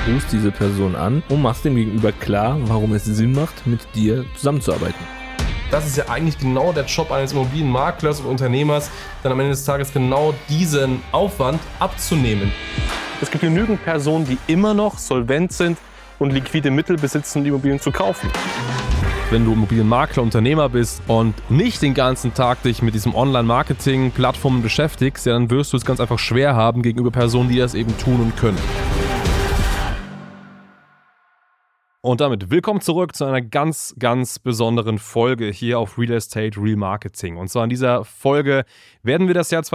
rufst diese Person an und machst dem Gegenüber klar, warum es Sinn macht, mit dir zusammenzuarbeiten. Das ist ja eigentlich genau der Job eines Immobilienmaklers und Unternehmers, dann am Ende des Tages genau diesen Aufwand abzunehmen. Es gibt genügend Personen, die immer noch solvent sind und liquide Mittel besitzen, die Immobilien zu kaufen. Wenn du Immobilienmakler, Unternehmer bist und nicht den ganzen Tag dich mit diesem Online-Marketing-Plattformen beschäftigst, ja, dann wirst du es ganz einfach schwer haben gegenüber Personen, die das eben tun und können. Und damit willkommen zurück zu einer ganz, ganz besonderen Folge hier auf Real Estate Real Marketing. Und zwar in dieser Folge werden wir das Jahr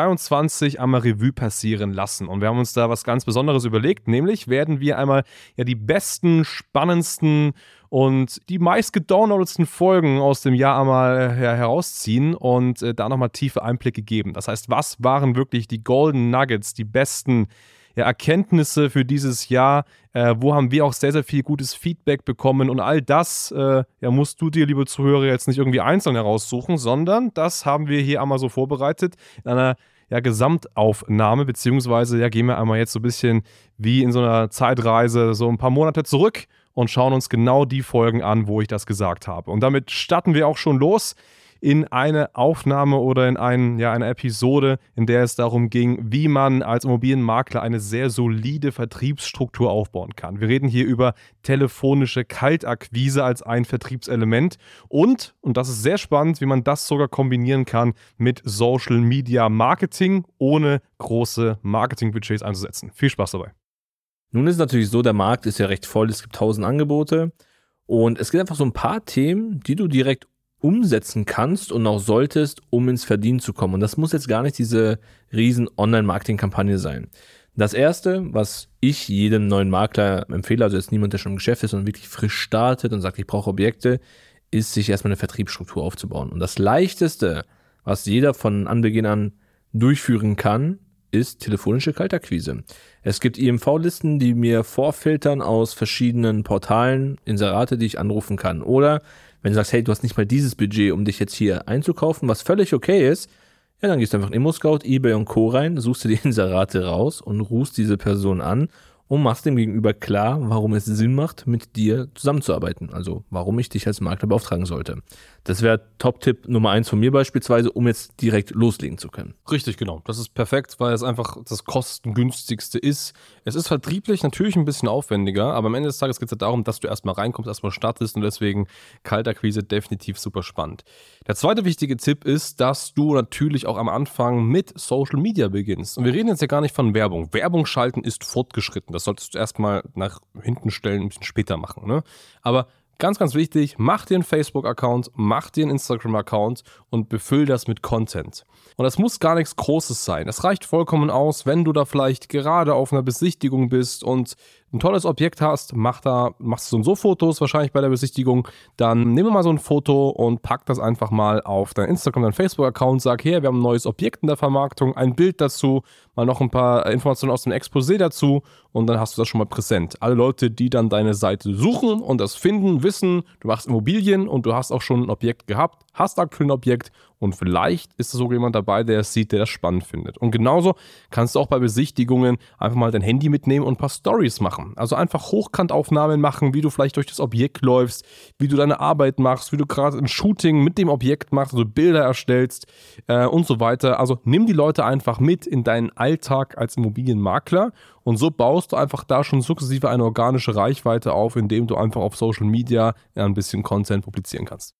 2023 einmal Revue passieren lassen. Und wir haben uns da was ganz Besonderes überlegt, nämlich werden wir einmal die besten, spannendsten und die meist gedownloadetsten Folgen aus dem Jahr einmal herausziehen und da nochmal tiefe Einblicke geben. Das heißt, was waren wirklich die Golden Nuggets, die besten Erkenntnisse für dieses Jahr, wo haben wir auch sehr, sehr viel gutes Feedback bekommen und all das musst du dir, liebe Zuhörer, jetzt nicht irgendwie einzeln heraussuchen, sondern das haben wir hier einmal so vorbereitet in einer Gesamtaufnahme, beziehungsweise gehen wir einmal jetzt so ein bisschen wie in so einer Zeitreise so ein paar Monate zurück und schauen uns genau die Folgen an, wo ich das gesagt habe. Und damit starten wir auch schon los in eine Aufnahme oder in eine Episode, in der es darum ging, wie man als Immobilienmakler eine sehr solide Vertriebsstruktur aufbauen kann. Wir reden hier über telefonische Kaltakquise als ein Vertriebselement und das ist sehr spannend, wie man das sogar kombinieren kann mit Social Media Marketing, ohne große Marketingbudgets einzusetzen. Viel Spaß dabei. Nun ist es natürlich so, der Markt ist ja recht voll, es gibt 1000 Angebote und es gibt einfach so ein paar Themen, die du direkt umsetzen kannst und auch solltest, um ins Verdienen zu kommen. Und das muss jetzt gar nicht diese riesen Online-Marketing-Kampagne sein. Das Erste, was ich jedem neuen Makler empfehle, also jetzt niemand, der schon im Geschäft ist, sondern wirklich frisch startet und sagt, ich brauche Objekte, ist, sich erstmal eine Vertriebsstruktur aufzubauen. Und das Leichteste, was jeder von Anbeginn an durchführen kann, ist telefonische Kaltakquise. Es gibt IMV-Listen, die mir vorfiltern aus verschiedenen Portalen, Inserate, die ich anrufen kann. Oder wenn du sagst, hey, du hast nicht mal dieses Budget, um dich jetzt hier einzukaufen, was völlig okay ist, dann gehst du einfach in ImmoScout, eBay und Co. rein, suchst dir die Inserate raus und rufst diese Person an und machst dem Gegenüber klar, warum es Sinn macht, mit dir zusammenzuarbeiten. Also warum ich dich als Makler beauftragen sollte. Das wäre Top-Tipp Nummer 1 von mir beispielsweise, um jetzt direkt loslegen zu können. Richtig, genau. Das ist perfekt, weil es einfach das kostengünstigste ist. Es ist vertrieblich natürlich ein bisschen aufwendiger, aber am Ende des Tages geht es ja darum, dass du erstmal reinkommst, erstmal startest und deswegen Kaltakquise definitiv super spannend. Der zweite wichtige Tipp ist, dass du natürlich auch am Anfang mit Social Media beginnst. Und wir reden jetzt ja gar nicht von Werbung. Werbung schalten ist fortgeschritten. Das solltest du erstmal nach hinten stellen, ein bisschen später machen, ne? Aber ganz, ganz wichtig, mach dir einen Facebook-Account, mach dir einen Instagram-Account und befüll das mit Content. Und das muss gar nichts Großes sein. Es reicht vollkommen aus, wenn du da vielleicht gerade auf einer Besichtigung bist und ein tolles Objekt hast, machst du so und so Fotos wahrscheinlich bei der Besichtigung, dann nimm mal so ein Foto und pack das einfach mal auf dein Instagram, dein Facebook-Account, sag, hey, wir haben ein neues Objekt in der Vermarktung, ein Bild dazu, mal noch ein paar Informationen aus dem Exposé dazu und dann hast du das schon mal präsent. Alle Leute, die dann deine Seite suchen und das finden, wissen, du machst Immobilien und du hast auch schon ein Objekt gehabt, hast aktuell ein Objekt und vielleicht ist da sogar jemand dabei, der es sieht, der das spannend findet. Und genauso kannst du auch bei Besichtigungen einfach mal dein Handy mitnehmen und ein paar Stories machen. Also einfach Hochkantaufnahmen machen, wie du vielleicht durch das Objekt läufst, wie du deine Arbeit machst, wie du gerade ein Shooting mit dem Objekt machst, also Bilder erstellst und so weiter. Also nimm die Leute einfach mit in deinen Alltag als Immobilienmakler und so baust du einfach da schon sukzessive eine organische Reichweite auf, indem du einfach auf Social Media ein bisschen Content publizieren kannst.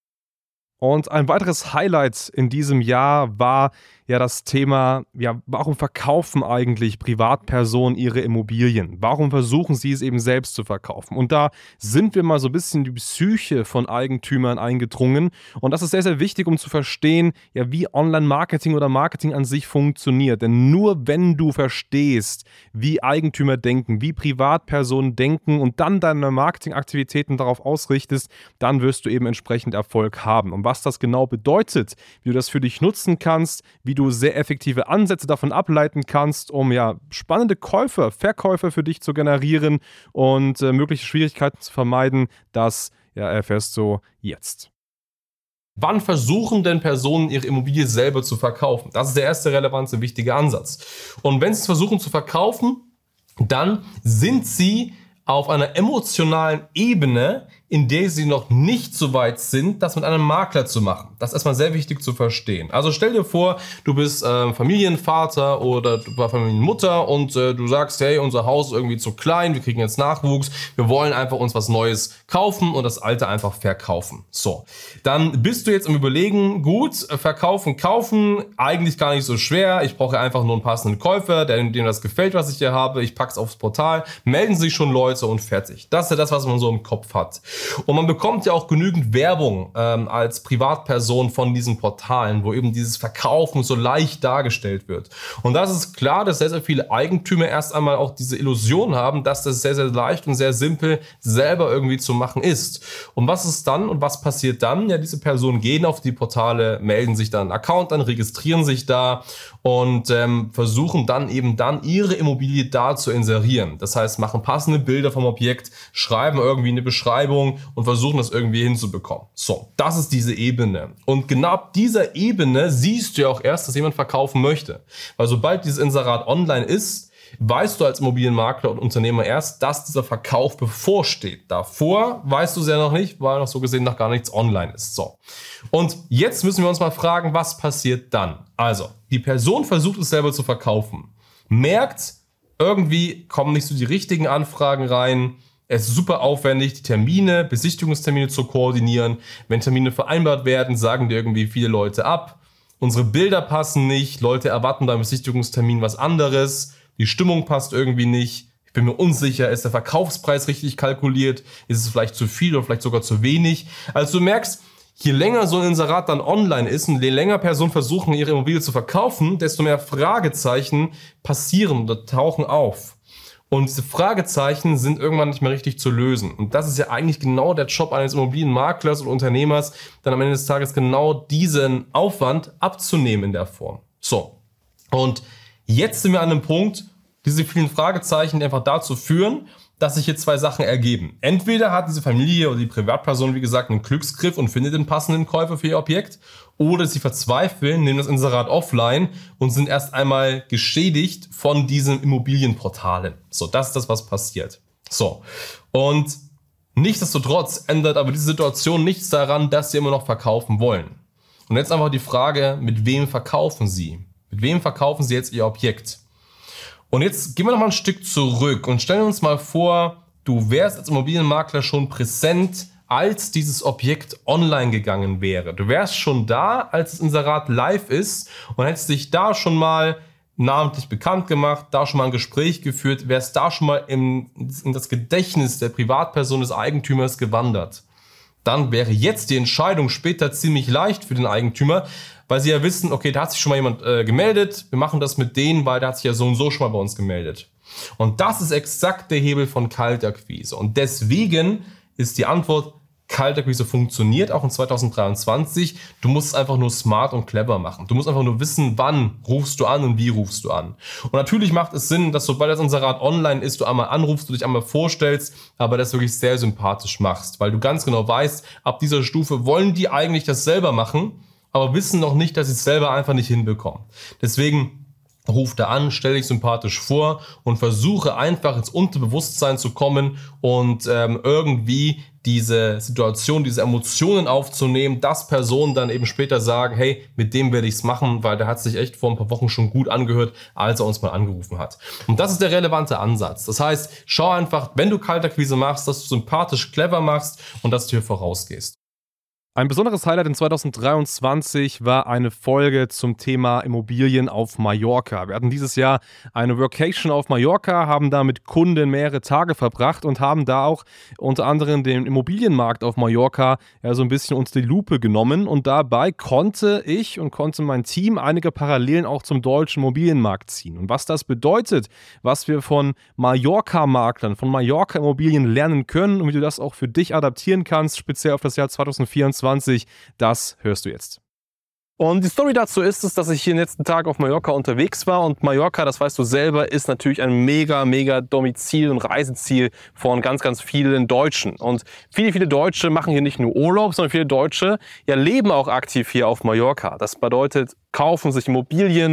Und ein weiteres Highlight in diesem Jahr war das Thema, warum verkaufen eigentlich Privatpersonen ihre Immobilien? Warum versuchen sie es eben selbst zu verkaufen? Und da sind wir mal so ein bisschen in die Psyche von Eigentümern eingedrungen. Und das ist sehr, sehr wichtig, um zu verstehen, wie Online-Marketing oder Marketing an sich funktioniert. Denn nur wenn du verstehst, wie Eigentümer denken, wie Privatpersonen denken und dann deine Marketingaktivitäten darauf ausrichtest, dann wirst du eben entsprechend Erfolg haben. Und was das genau bedeutet, wie du das für dich nutzen kannst, wie du sehr effektive Ansätze davon ableiten kannst, um spannende Verkäufer für dich zu generieren und mögliche Schwierigkeiten zu vermeiden, das erfährst du jetzt. Wann versuchen denn Personen, ihre Immobilie selber zu verkaufen? Das ist der erste relevante, wichtige Ansatz. Und wenn sie es versuchen zu verkaufen, dann sind sie auf einer emotionalen Ebene, in der sie noch nicht so weit sind, das mit einem Makler zu machen. Das ist erstmal sehr wichtig zu verstehen. Also stell dir vor, du bist Familienvater oder du bist Familienmutter und du sagst, hey, unser Haus ist irgendwie zu klein, wir kriegen jetzt Nachwuchs, wir wollen einfach uns was Neues kaufen und das Alte einfach verkaufen. So, dann bist du jetzt im Überlegen, gut, verkaufen, kaufen, eigentlich gar nicht so schwer, ich brauche einfach nur einen passenden Käufer, dem das gefällt, was ich hier habe, ich pack's aufs Portal, melden sich schon Leute und fertig. Das ist ja das, was man so im Kopf hat. Und man bekommt ja auch genügend Werbung als Privatperson von diesen Portalen, wo eben dieses Verkaufen so leicht dargestellt wird. Und das ist klar, dass sehr, sehr viele Eigentümer erst einmal auch diese Illusion haben, dass das sehr, sehr leicht und sehr simpel selber irgendwie zu machen ist. Und was ist dann und was passiert dann? Ja, diese Personen gehen auf die Portale, melden sich dann einen Account an, registrieren sich da und versuchen dann ihre Immobilie da zu inserieren. Das heißt, machen passende Bilder vom Objekt, schreiben irgendwie eine Beschreibung und versuchen das irgendwie hinzubekommen. So, das ist diese Ebene. Und genau ab dieser Ebene siehst du ja auch erst, dass jemand verkaufen möchte. Weil sobald dieses Inserat online ist, weißt du als Immobilienmakler und Unternehmer erst, dass dieser Verkauf bevorsteht. Davor weißt du es ja noch nicht, weil noch so gesehen noch gar nichts online ist. So. Und jetzt müssen wir uns mal fragen, was passiert dann? Also, die Person versucht es selber zu verkaufen, merkt, irgendwie kommen nicht so die richtigen Anfragen rein, es ist super aufwendig, die Termine, Besichtigungstermine zu koordinieren. Wenn Termine vereinbart werden, sagen dir irgendwie viele Leute ab. Unsere Bilder passen nicht, Leute erwarten beim Besichtigungstermin was anderes. Die Stimmung passt irgendwie nicht. Ich bin mir unsicher, ist der Verkaufspreis richtig kalkuliert? Ist es vielleicht zu viel oder vielleicht sogar zu wenig? Also du merkst, je länger so ein Inserat dann online ist und je länger Personen versuchen, ihre Immobilie zu verkaufen, desto mehr Fragezeichen passieren oder tauchen auf. Und diese Fragezeichen sind irgendwann nicht mehr richtig zu lösen. Und das ist ja eigentlich genau der Job eines Immobilienmaklers oder Unternehmers, dann am Ende des Tages genau diesen Aufwand abzunehmen in der Form. So. Und jetzt sind wir an einem Punkt, diese vielen Fragezeichen einfach dazu führen, dass sich hier zwei Sachen ergeben. Entweder hat diese Familie oder die Privatperson, wie gesagt, einen Glücksgriff und findet den passenden Käufer für ihr Objekt, oder sie verzweifeln, nehmen das Inserat offline und sind erst einmal geschädigt von diesen Immobilienportalen. So, das ist das, was passiert. So, und nichtsdestotrotz ändert aber diese Situation nichts daran, dass sie immer noch verkaufen wollen. Und jetzt einfach die Frage, mit wem verkaufen sie? Mit wem verkaufen sie jetzt ihr Objekt? Und jetzt gehen wir noch mal ein Stück zurück und stellen uns mal vor, du wärst als Immobilienmakler schon präsent, als dieses Objekt online gegangen wäre. Du wärst schon da, als das Inserat live ist und hättest dich da schon mal namentlich bekannt gemacht, da schon mal ein Gespräch geführt, wärst da schon mal in das Gedächtnis der Privatperson des Eigentümers gewandert. Dann wäre jetzt die Entscheidung später ziemlich leicht für den Eigentümer, weil sie ja wissen, okay, da hat sich schon mal jemand gemeldet, wir machen das mit denen, weil der hat sich ja so und so schon mal bei uns gemeldet. Und das ist exakt der Hebel von Kaltakquise. Und deswegen ist die Antwort, Kaltakquise funktioniert auch in 2023. Du musst es einfach nur smart und clever machen. Du musst einfach nur wissen, wann rufst du an und wie rufst du an. Und natürlich macht es Sinn, dass sobald das Inserat online ist, du einmal anrufst, du dich einmal vorstellst, aber das wirklich sehr sympathisch machst, weil du ganz genau weißt, ab dieser Stufe wollen die eigentlich das selber machen, aber wissen noch nicht, dass sie es selber einfach nicht hinbekommen. Deswegen ruf da an, stell dich sympathisch vor und versuche einfach ins Unterbewusstsein zu kommen und irgendwie diese Situation, diese Emotionen aufzunehmen, dass Personen dann eben später sagen, hey, mit dem werde ich es machen, weil der hat sich echt vor ein paar Wochen schon gut angehört, als er uns mal angerufen hat. Und das ist der relevante Ansatz. Das heißt, schau einfach, wenn du Kaltakquise machst, dass du sympathisch clever machst und dass du hier vorausgehst. Ein besonderes Highlight in 2023 war eine Folge zum Thema Immobilien auf Mallorca. Wir hatten dieses Jahr eine Workation auf Mallorca, haben da mit Kunden mehrere Tage verbracht und haben da auch unter anderem den Immobilienmarkt auf Mallorca ja so ein bisschen unter die Lupe genommen. Und dabei konnte ich und konnte mein Team einige Parallelen auch zum deutschen Immobilienmarkt ziehen. Und was das bedeutet, was wir von Mallorca-Maklern, von Mallorca-Immobilien lernen können und wie du das auch für dich adaptieren kannst, speziell auf das Jahr 2024, das hörst du jetzt. Und die Story dazu ist es, dass ich hier den letzten Tag auf Mallorca unterwegs war. Und Mallorca, das weißt du selber, ist natürlich ein mega Domizil und Reiseziel von ganz vielen Deutschen. Und viele Deutsche machen hier nicht nur Urlaub, sondern viele Deutsche leben auch aktiv hier auf Mallorca. Das bedeutet, kaufen sich Immobilien,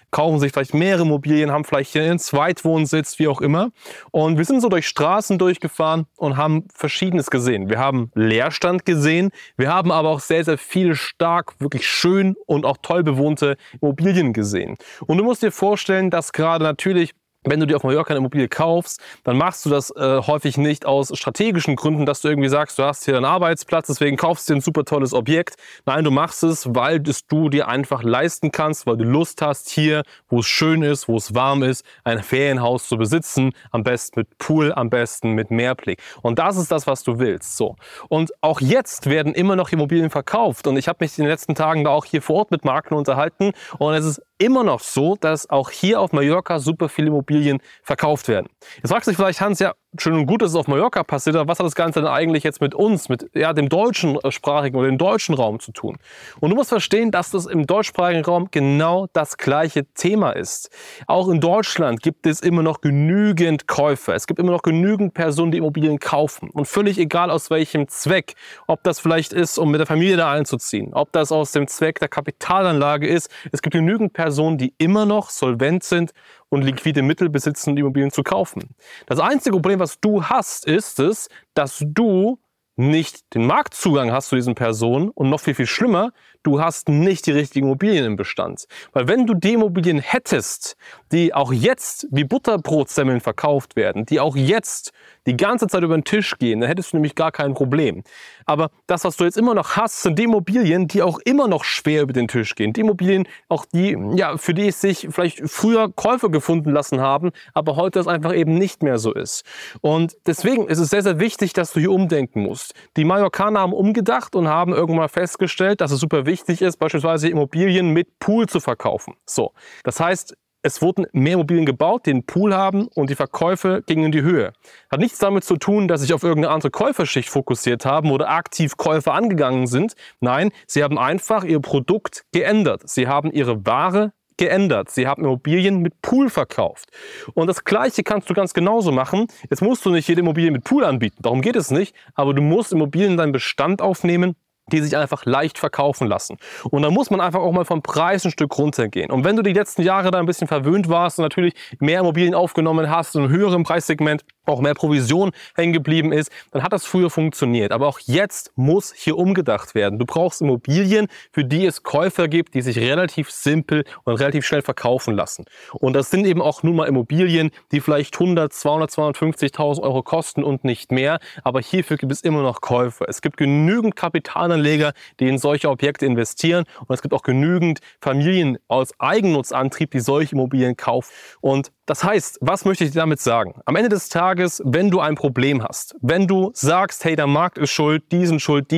kaufen sich vielleicht mehrere Immobilien, haben vielleicht hier einen Zweitwohnsitz, wie auch immer. Und wir sind so durch Straßen durchgefahren und haben Verschiedenes gesehen. Wir haben Leerstand gesehen, wir haben aber auch sehr, sehr viele stark, wirklich schön und auch toll bewohnte Immobilien gesehen. Und du musst dir vorstellen, dass gerade natürlich, wenn du dir auf Mallorca eine Immobilie kaufst, dann machst du das häufig nicht aus strategischen Gründen, dass du irgendwie sagst, du hast hier einen Arbeitsplatz, deswegen kaufst du dir ein super tolles Objekt. Nein, du machst es, weil du dir einfach leisten kannst, weil du Lust hast, hier, wo es schön ist, wo es warm ist, ein Ferienhaus zu besitzen, am besten mit Pool, am besten mit Meerblick. Und das ist das, was du willst. So. Und auch jetzt werden immer noch Immobilien verkauft. Und ich habe mich in den letzten Tagen da auch hier vor Ort mit Maklern unterhalten. Und es ist immer noch so, dass auch hier auf Mallorca super viele Immobilien verkauft werden. Jetzt fragst du dich vielleicht, Hans, ja, schön und gut, dass es auf Mallorca passiert, aber was hat das Ganze denn eigentlich jetzt mit uns, mit dem deutschsprachigen oder dem deutschen Raum zu tun? Und du musst verstehen, dass das im deutschsprachigen Raum genau das gleiche Thema ist. Auch in Deutschland gibt es immer noch genügend Käufer. Es gibt immer noch genügend Personen, die Immobilien kaufen. Und völlig egal aus welchem Zweck, ob das vielleicht ist, um mit der Familie da einzuziehen, ob das aus dem Zweck der Kapitalanlage ist, es gibt genügend Personen, die immer noch solvent sind und liquide Mittel besitzen, die Immobilien zu kaufen. Das einzige Problem, was du hast, ist es, dass du nicht den Marktzugang hast zu diesen Personen und noch viel, viel schlimmer, du hast nicht die richtigen Immobilien im Bestand. Weil wenn du die Immobilien hättest, die auch jetzt wie Butterbrotsemmeln verkauft werden, die auch jetzt die ganze Zeit über den Tisch gehen, dann hättest du nämlich gar kein Problem. Aber das, was du jetzt immer noch hast, sind die Immobilien, die auch immer noch schwer über den Tisch gehen. Die Immobilien, auch die, ja, für die es sich vielleicht früher Käufer gefunden lassen haben, aber heute das einfach eben nicht mehr so ist. Und deswegen ist es sehr, sehr wichtig, dass du hier umdenken musst. Die Mallorcaner haben umgedacht und haben irgendwann festgestellt, dass es super wichtig ist, beispielsweise Immobilien mit Pool zu verkaufen. So, das heißt, es wurden mehr Immobilien gebaut, die einen Pool haben und die Verkäufe gingen in die Höhe. Hat nichts damit zu tun, dass sich auf irgendeine andere Käuferschicht fokussiert haben oder aktiv Käufer angegangen sind. Nein, sie haben einfach ihr Produkt geändert. Sie haben ihre Ware geändert. Sie haben Immobilien mit Pool verkauft. Und das Gleiche kannst du ganz genauso machen. Jetzt musst du nicht jede Immobilie mit Pool anbieten. Darum geht es nicht. Aber du musst Immobilien in deinen Bestand aufnehmen, die sich einfach leicht verkaufen lassen. Und da muss man einfach auch mal vom Preis ein Stück runtergehen. Und wenn du die letzten Jahre da ein bisschen verwöhnt warst und natürlich mehr Immobilien aufgenommen hast und in einem höheren Preissegment auch mehr Provision hängen geblieben ist, dann hat das früher funktioniert. Aber auch jetzt muss hier umgedacht werden. Du brauchst Immobilien, für die es Käufer gibt, die sich relativ simpel und relativ schnell verkaufen lassen. Und das sind eben auch nun mal Immobilien, die vielleicht 100, 200, 250.000 Euro kosten und nicht mehr. Aber hierfür gibt es immer noch Käufer. Es gibt genügend Kapitalanleger, die in solche Objekte investieren. Und es gibt auch genügend Familien aus Eigennutzantrieb, die solche Immobilien kaufen. Und das heißt, was möchte ich dir damit sagen? Am Ende des Tages, wenn du ein Problem hast, wenn du sagst, hey, der Markt ist schuld, die sind schuld,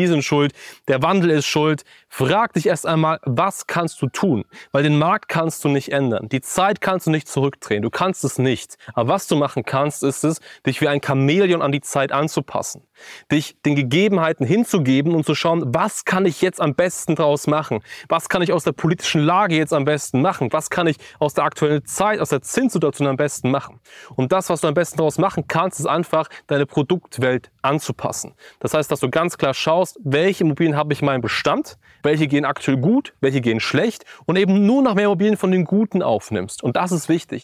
der Wandel ist schuld, frag dich erst einmal, was kannst du tun? Weil den Markt kannst du nicht ändern. Die Zeit kannst du nicht zurückdrehen. Du kannst es nicht. Aber was du machen kannst, ist es, dich wie ein Chamäleon an die Zeit anzupassen. Dich den Gegebenheiten hinzugeben und zu schauen, was kann ich jetzt am besten draus machen? Was kann ich aus der politischen Lage jetzt am besten machen? Was kann ich aus der aktuellen Zeit, aus der Zinssituation am besten machen? Und das, was du am besten daraus machen kannst, ist einfach, deine Produktwelt anzupassen. Das heißt, dass du ganz klar schaust, welche Immobilien habe ich in meinem Bestand, welche gehen aktuell gut, welche gehen schlecht und eben nur noch mehr Immobilien von den Guten aufnimmst. Und das ist wichtig.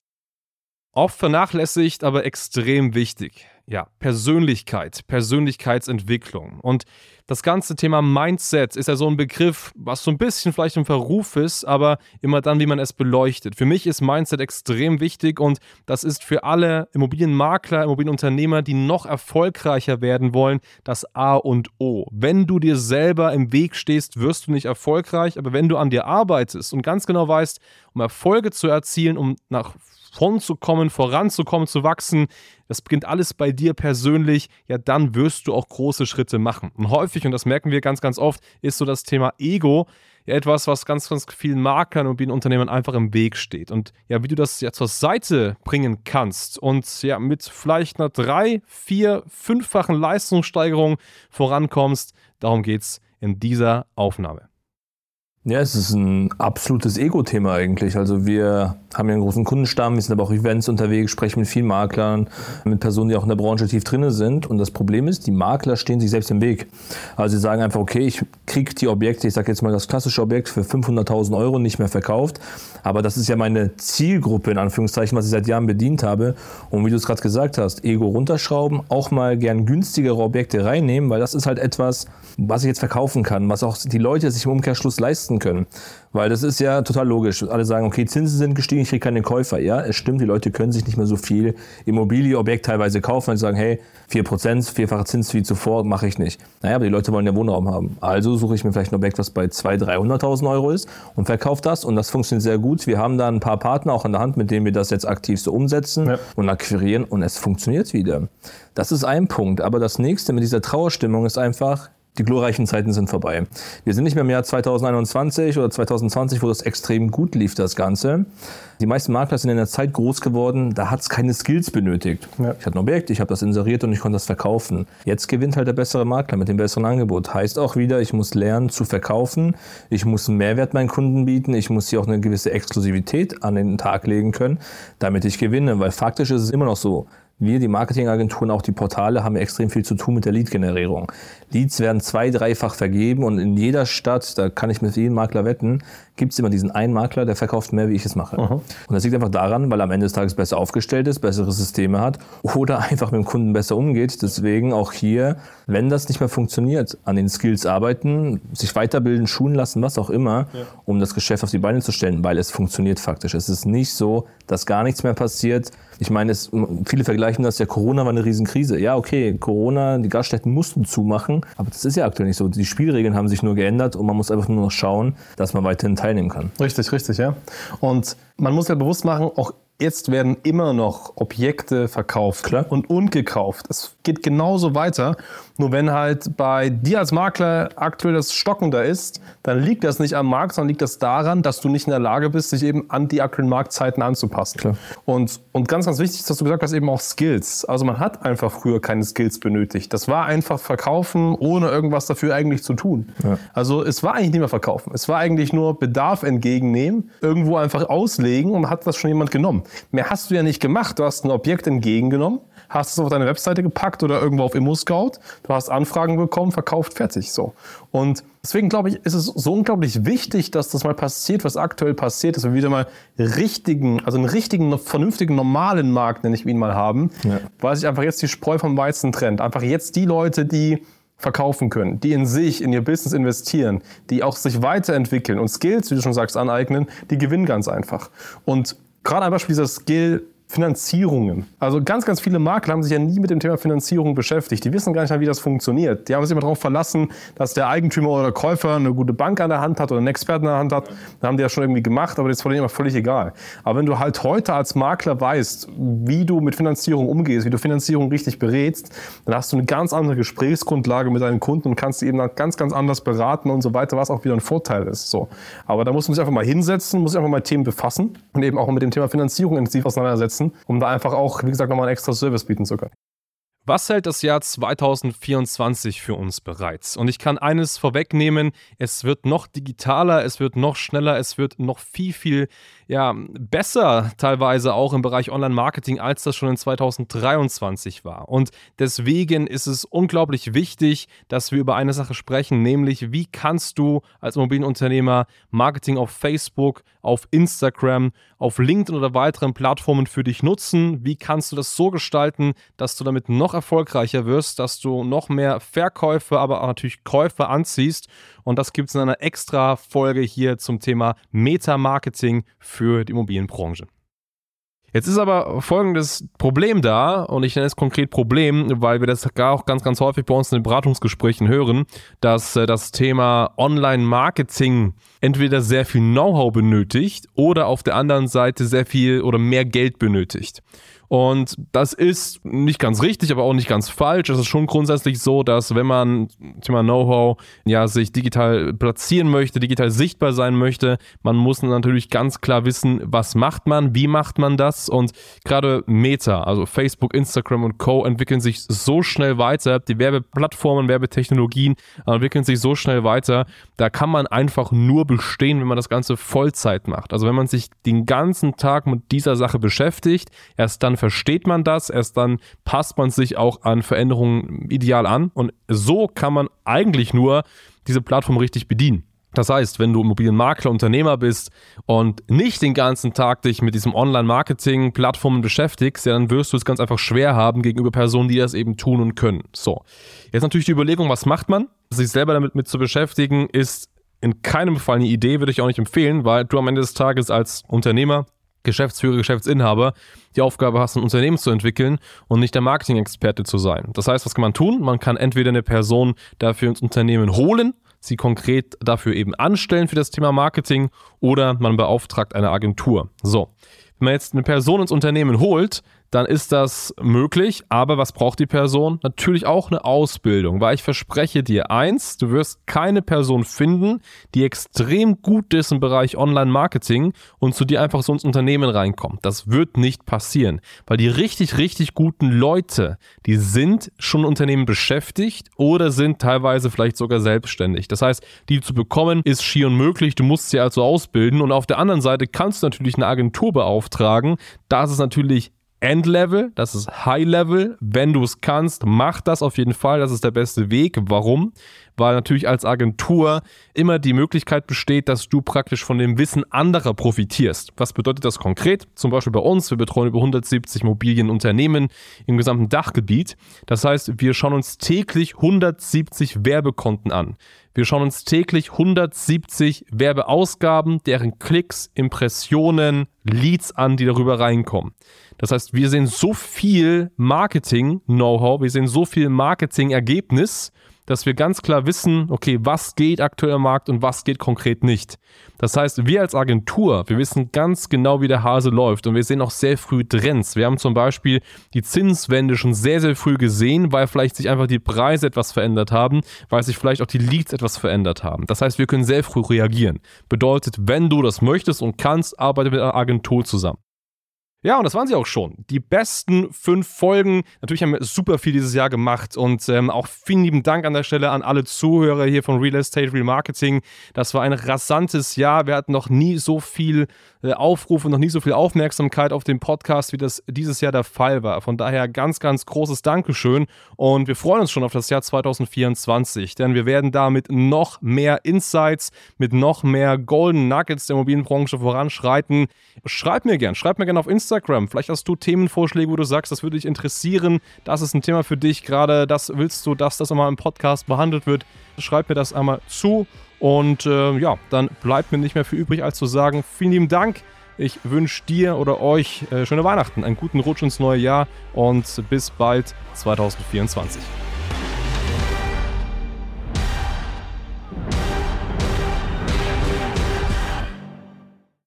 Oft vernachlässigt, aber extrem wichtig. Ja, Persönlichkeit, Persönlichkeitsentwicklung. Und das ganze Thema Mindset ist ja so ein Begriff, was so ein bisschen vielleicht im Verruf ist, aber immer dann, wie man es beleuchtet. Für mich ist Mindset extrem wichtig und das ist für alle Immobilienmakler, Immobilienunternehmer, die noch erfolgreicher werden wollen, das A und O. Wenn du dir selber im Weg stehst, wirst du nicht erfolgreich, aber wenn du an dir arbeitest und ganz genau weißt, um Erfolge zu erzielen, um nach vorn zu kommen, voranzukommen, zu wachsen, das beginnt alles bei dir persönlich, ja, dann wirst du auch große Schritte machen. Und häufig, und das merken wir ganz, ganz oft, ist so das Thema Ego ja etwas, was ganz, ganz vielen Maklern und Immobilienunternehmern einfach im Weg steht. Und ja, wie du das ja zur Seite bringen kannst und ja mit vielleicht einer 3-, 4-, 5-fachen Leistungssteigerung vorankommst, darum geht es in dieser Aufnahme. Ja, es ist ein absolutes Ego-Thema eigentlich. Also wir haben ja einen großen Kundenstamm, wir sind aber auch Events unterwegs, sprechen mit vielen Maklern, mit Personen, die auch in der Branche tief drin sind. Und das Problem ist, die Makler stehen sich selbst im Weg. Also sie sagen einfach, okay, ich kriege die Objekte, ich sage jetzt mal das klassische Objekt für 500.000 Euro nicht mehr verkauft. Aber das ist ja meine Zielgruppe, in Anführungszeichen, was ich seit Jahren bedient habe. Und wie du es gerade gesagt hast, Ego runterschrauben, auch mal gern günstigere Objekte reinnehmen, weil das ist halt etwas, was ich jetzt verkaufen kann, was auch die Leute sich im Umkehrschluss leisten können. Weil das ist ja total logisch. Alle sagen, okay, Zinsen sind gestiegen, ich kriege keine Käufer. Ja, es stimmt, die Leute können sich nicht mehr so viel Immobilieobjekt teilweise kaufen, weil sie sagen, hey, 4%, vierfache Zins wie zuvor, mache ich nicht. Naja, aber die Leute wollen ja Wohnraum haben. Also suche ich mir vielleicht ein Objekt, was bei 200.000, 300.000 Euro ist und verkaufe das. Und das funktioniert sehr gut. Wir haben da ein paar Partner auch an der Hand, mit denen wir das jetzt aktiv so umsetzen und akquirieren. Und es funktioniert wieder. Das ist ein Punkt. Aber das nächste mit dieser Trauerstimmung ist einfach, die glorreichen Zeiten sind vorbei. Wir sind nicht mehr im Jahr 2021 oder 2020, wo das extrem gut lief, das Ganze. Die meisten Makler sind in der Zeit groß geworden, da hat es keine Skills benötigt. Ja. Ich hatte ein Objekt, ich habe das inseriert und ich konnte das verkaufen. Jetzt gewinnt halt der bessere Makler mit dem besseren Angebot. Heißt auch wieder, ich muss lernen zu verkaufen, ich muss einen Mehrwert meinen Kunden bieten, ich muss hier auch eine gewisse Exklusivität an den Tag legen können, damit ich gewinne. Weil faktisch ist es immer noch so, wir, die Marketingagenturen, auch die Portale, haben extrem viel zu tun mit der Lead-Generierung. Leads werden 2-, 3-fach vergeben und in jeder Stadt, da kann ich mit jedem Makler wetten, gibt es immer diesen einen Makler, der verkauft mehr, wie ich es mache. Und das liegt einfach daran, weil er am Ende des Tages besser aufgestellt ist, bessere Systeme hat oder einfach mit dem Kunden besser umgeht. Deswegen auch hier, wenn das nicht mehr funktioniert, an den Skills arbeiten, sich weiterbilden, schulen lassen, was auch immer, um das Geschäft auf die Beine zu stellen, weil es funktioniert faktisch. Es ist nicht so, dass gar nichts mehr passiert. Ich meine, viele vergleichen das, ja, Corona war eine Riesenkrise. Ja, okay, Corona, die Gaststätten mussten zumachen, aber das ist ja aktuell nicht so. Die Spielregeln haben sich nur geändert und man muss einfach nur noch schauen, dass man weiterhin teilnehmen kann. Richtig, ja. Und man muss ja bewusst machen, auch jetzt werden immer noch Objekte verkauft. Klar. Und gekauft. Es geht genauso weiter. Nur wenn halt bei dir als Makler aktuell das Stocken da ist, dann liegt das nicht am Markt, sondern liegt das daran, dass du nicht in der Lage bist, dich eben an die aktuellen Marktzeiten anzupassen. Klar. Und ganz, ganz wichtig ist, dass du gesagt hast, eben auch Skills. Also man hat einfach früher keine Skills benötigt. Das war einfach verkaufen, ohne irgendwas dafür eigentlich zu tun. Ja. Also es war eigentlich nicht mehr verkaufen. Es war eigentlich nur Bedarf entgegennehmen, irgendwo einfach auslegen und hat das schon jemand genommen. Mehr hast du ja nicht gemacht. Du hast ein Objekt entgegengenommen, hast es auf deine Webseite gepackt oder irgendwo auf ImmoScout. Du hast Anfragen bekommen, verkauft, fertig. So. Und deswegen glaube ich, ist es so unglaublich wichtig, dass das mal passiert, was aktuell passiert, dass wir wieder mal einen richtigen, vernünftigen, normalen Markt, nenne ich ihn mal, haben, weil sich einfach jetzt die Spreu vom Weizen trennt. Einfach jetzt die Leute, die verkaufen können, die in sich, in ihr Business investieren, die auch sich weiterentwickeln und Skills, wie du schon sagst, aneignen, die gewinnen ganz einfach. Und gerade ein Beispiel dieser Skill, Finanzierungen. Also ganz, ganz viele Makler haben sich ja nie mit dem Thema Finanzierung beschäftigt. Die wissen gar nicht mehr, wie das funktioniert. Die haben sich immer darauf verlassen, dass der Eigentümer oder Käufer eine gute Bank an der Hand hat oder einen Experten an der Hand hat. Dann haben die das schon irgendwie gemacht, aber das ist denen immer völlig egal. Aber wenn du halt heute als Makler weißt, wie du mit Finanzierung umgehst, wie du Finanzierung richtig berätst, dann hast du eine ganz andere Gesprächsgrundlage mit deinen Kunden und kannst sie eben ganz, ganz anders beraten und so weiter, was auch wieder ein Vorteil ist. So. Aber da muss man sich einfach mal hinsetzen, muss sich einfach mal mit Themen befassen und eben auch mit dem Thema Finanzierung intensiv auseinandersetzen, um da einfach auch, wie gesagt, nochmal einen extra Service bieten zu können. Was hält das Jahr 2024 für uns bereits? Und ich kann eines vorwegnehmen, es wird noch digitaler, es wird noch schneller, es wird noch viel besser teilweise auch im Bereich Online-Marketing, als das schon in 2023 war. Und deswegen ist es unglaublich wichtig, dass wir über eine Sache sprechen, nämlich wie kannst du als Immobilienunternehmer Marketing auf Facebook, auf Instagram, auf LinkedIn oder weiteren Plattformen für dich nutzen? Wie kannst du das so gestalten, dass du damit noch erfolgreicher wirst, dass du noch mehr Verkäufe, aber auch natürlich Käufer anziehst? Und das gibt es in einer extra Folge hier zum Thema Meta-Marketing für die Immobilienbranche. Jetzt ist aber folgendes Problem da, und ich nenne es konkret Problem, weil wir das auch ganz, ganz häufig bei uns in den Beratungsgesprächen hören, dass das Thema Online-Marketing entweder sehr viel Know-how benötigt oder auf der anderen Seite sehr viel oder mehr Geld benötigt. Und das ist nicht ganz richtig, aber auch nicht ganz falsch. Es ist schon grundsätzlich so, dass wenn man Thema Know-how sich digital platzieren möchte, digital sichtbar sein möchte, man muss natürlich ganz klar wissen, was macht man, wie macht man das. Und gerade Meta, also Facebook, Instagram und Co. entwickeln sich so schnell weiter. Die Werbeplattformen, Werbetechnologien entwickeln sich so schnell weiter. Da kann man einfach nur bestehen, wenn man das Ganze Vollzeit macht. Also wenn man sich den ganzen Tag mit dieser Sache beschäftigt, erst dann versteht man das, erst dann passt man sich auch an Veränderungen ideal an und so kann man eigentlich nur diese Plattform richtig bedienen. Das heißt, wenn du Immobilienmakler, Unternehmer bist und nicht den ganzen Tag dich mit diesem Online-Marketing-Plattformen beschäftigst, dann wirst du es ganz einfach schwer haben gegenüber Personen, die das eben tun und können. So, jetzt natürlich die Überlegung, was macht man? Sich selber damit mit zu beschäftigen, ist in keinem Fall eine Idee, würde ich auch nicht empfehlen, weil du am Ende des Tages als Unternehmer, Geschäftsführer, Geschäftsinhaber die Aufgabe hast, ein Unternehmen zu entwickeln und nicht der Marketing-Experte zu sein. Das heißt, was kann man tun? Man kann entweder eine Person dafür ins Unternehmen holen, sie konkret dafür eben anstellen für das Thema Marketing oder man beauftragt eine Agentur. So, wenn man jetzt eine Person ins Unternehmen holt, dann ist das möglich, aber was braucht die Person? Natürlich auch eine Ausbildung, weil ich verspreche dir eins, du wirst keine Person finden, die extrem gut ist im Bereich Online-Marketing und zu dir einfach so ins Unternehmen reinkommt. Das wird nicht passieren, weil die richtig, richtig guten Leute, die sind schon im Unternehmen beschäftigt oder sind teilweise vielleicht sogar selbstständig. Das heißt, die zu bekommen ist schier unmöglich, du musst sie also ausbilden und auf der anderen Seite kannst du natürlich eine Agentur beauftragen. Das ist natürlich Endlevel, das ist High-Level. Wenn du es kannst, mach das auf jeden Fall. Das ist der beste Weg. Warum? Weil natürlich als Agentur immer die Möglichkeit besteht, dass du praktisch von dem Wissen anderer profitierst. Was bedeutet das konkret? Zum Beispiel bei uns, wir betreuen über 170 Immobilienunternehmen im gesamten Dachgebiet. Das heißt, wir schauen uns täglich 170 Werbekonten an. Wir schauen uns täglich 170 Werbeausgaben, deren Klicks, Impressionen, Leads an, die darüber reinkommen. Das heißt, wir sehen so viel Marketing-Know-how, wir sehen so viel Marketing-Ergebnis, dass wir ganz klar wissen, okay, was geht aktuell am Markt und was geht konkret nicht. Das heißt, wir als Agentur, wir wissen ganz genau, wie der Hase läuft und wir sehen auch sehr früh Trends. Wir haben zum Beispiel die Zinswende schon sehr, sehr früh gesehen, weil vielleicht sich einfach die Preise etwas verändert haben, weil sich vielleicht auch die Leads etwas verändert haben. Das heißt, wir können sehr früh reagieren. Bedeutet, wenn du das möchtest und kannst, arbeite mit einer Agentur zusammen. Ja, und das waren sie auch schon. Die besten 5 Folgen. Natürlich haben wir super viel dieses Jahr gemacht und auch vielen lieben Dank an der Stelle an alle Zuhörer hier von Real Estate, Real Marketing. Das war ein rasantes Jahr. Wir hatten noch nie so viel Aufruf und noch nie so viel Aufmerksamkeit auf den Podcast, wie das dieses Jahr der Fall war. Von daher ganz, ganz großes Dankeschön und wir freuen uns schon auf das Jahr 2024, denn wir werden da mit noch mehr Insights, mit noch mehr Golden Nuggets der Immobilienbranche voranschreiten. Schreib mir gerne auf Instagram. Vielleicht hast du Themenvorschläge, wo du sagst, das würde dich interessieren, das ist ein Thema für dich, gerade das willst du, dass das einmal im Podcast behandelt wird. Schreib mir das einmal zu. Und dann bleibt mir nicht mehr viel übrig, als zu sagen, vielen lieben Dank. Ich wünsche dir oder euch schöne Weihnachten, einen guten Rutsch ins neue Jahr und bis bald 2024.